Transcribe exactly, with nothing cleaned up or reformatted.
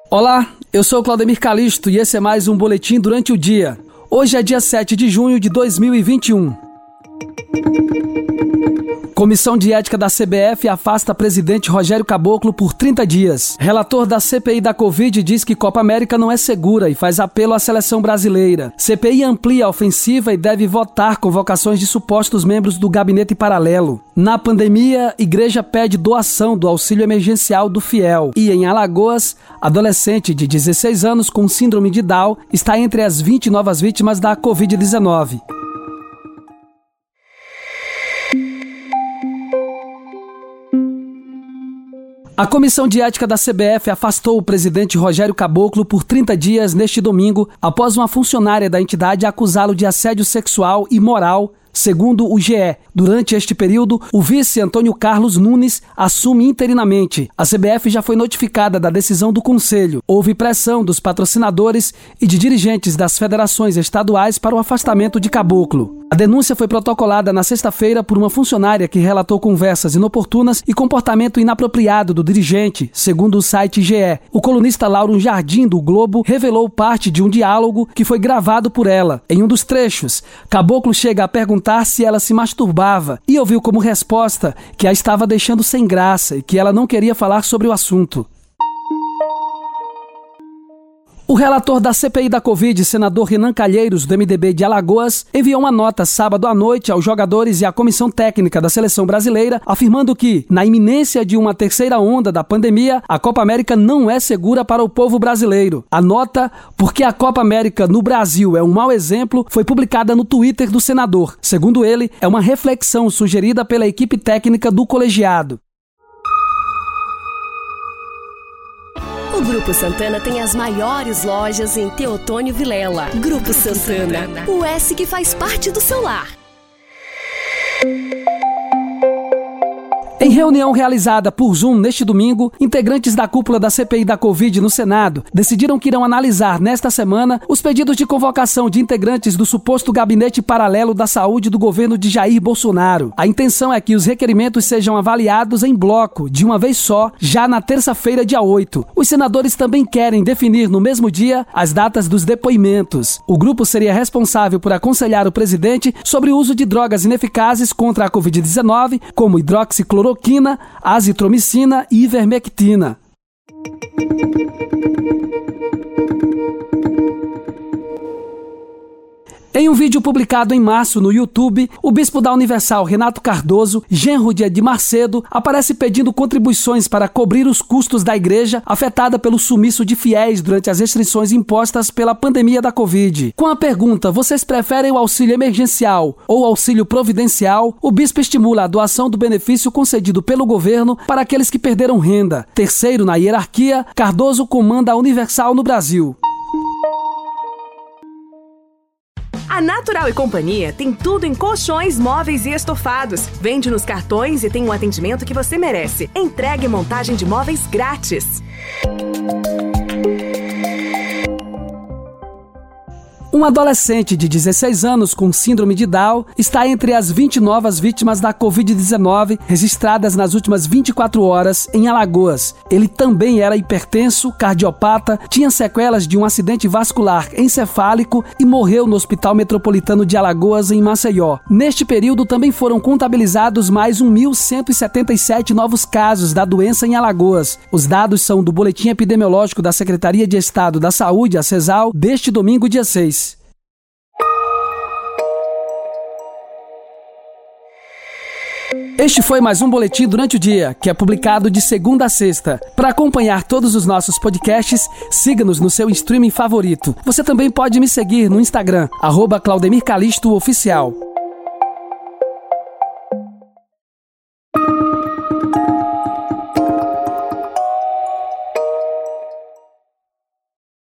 Olá, eu sou o Claudemir Calisto e esse é mais um Boletim Durante o Dia. Hoje é dia sete de junho de dois mil e vinte e um. Comissão de Ética da C B F afasta presidente Rogério Caboclo por trinta dias. Relator da C P I da Covid diz que Copa América não é segura e faz apelo à seleção brasileira. C P I amplia a ofensiva e deve votar convocações de supostos membros do gabinete paralelo. Na pandemia, igreja pede doação do auxílio emergencial do Fiel. E em Alagoas, adolescente de dezesseis anos com síndrome de Down está entre as vinte novas vítimas da covid dezenove. A Comissão de Ética da C B F afastou o presidente Rogério Caboclo por trinta dias neste domingo, após uma funcionária da entidade acusá-lo de assédio sexual e moral, segundo o G E. Durante este período, o vice Antônio Carlos Nunes assume interinamente. A C B F já foi notificada da decisão do Conselho. Houve pressão dos patrocinadores e de dirigentes das federações estaduais para o afastamento de Caboclo. A denúncia foi protocolada na sexta-feira por uma funcionária que relatou conversas inoportunas e comportamento inapropriado do dirigente, segundo o site G E. O colunista Lauro Jardim, do Globo, revelou parte de um diálogo que foi gravado por ela. Em um dos trechos, Caboclo chega a perguntar se ela se masturbava e ouviu como resposta que a estava deixando sem graça e que ela não queria falar sobre o assunto. O relator da C P I da Covid, senador Renan Calheiros, do M D B de Alagoas, enviou uma nota sábado à noite aos jogadores e à comissão técnica da seleção brasileira, afirmando que, na iminência de uma terceira onda da pandemia, a Copa América não é segura para o povo brasileiro. A nota, porque a Copa América no Brasil é um mau exemplo, foi publicada no Twitter do senador. Segundo ele, é uma reflexão sugerida pela equipe técnica do colegiado. O Grupo Santana tem as maiores lojas em Teotônio Vilela. Grupo Santana, o S que faz parte do seu lar. Em reunião realizada por Zoom neste domingo, integrantes da cúpula da C P I da Covid no Senado decidiram que irão analisar nesta semana os pedidos de convocação de integrantes do suposto gabinete paralelo da saúde do governo de Jair Bolsonaro. A intenção é que os requerimentos sejam avaliados em bloco, de uma vez só, já na terça-feira, dia oito. Os senadores também querem definir no mesmo dia as datas dos depoimentos. O grupo seria responsável por aconselhar o presidente sobre o uso de drogas ineficazes contra a covid dezenove, como hidroxicloroquina, azitromicina e ivermectina. Em um vídeo publicado em março no YouTube, o bispo da Universal, Renato Cardoso, genro de Edmar Cedo, aparece pedindo contribuições para cobrir os custos da igreja afetada pelo sumiço de fiéis durante as restrições impostas pela pandemia da Covid. Com a pergunta, vocês preferem o auxílio emergencial ou auxílio providencial, o bispo estimula a doação do benefício concedido pelo governo para aqueles que perderam renda. Terceiro na hierarquia, Cardoso comanda a Universal no Brasil. A Natural e Companhia tem tudo em colchões, móveis e estofados. Vende nos cartões e tem um atendimento que você merece. Entrega e montagem de móveis grátis. Um adolescente de dezesseis anos com síndrome de Down está entre as vinte novas vítimas da covid dezenove registradas nas últimas vinte e quatro horas em Alagoas. Ele também era hipertenso, cardiopata, tinha sequelas de um acidente vascular encefálico e morreu no Hospital Metropolitano de Alagoas, em Maceió. Neste período também foram contabilizados mais mil cento e setenta e sete novos casos da doença em Alagoas. Os dados são do Boletim Epidemiológico da Secretaria de Estado da Saúde, a CESAL, deste domingo, dia seis. Este foi mais um Boletim Durante o Dia, que é publicado de segunda a sexta. Para acompanhar todos os nossos podcasts, siga-nos no seu streaming favorito. Você também pode me seguir no Instagram, arroba Claudemir Calisto Oficial.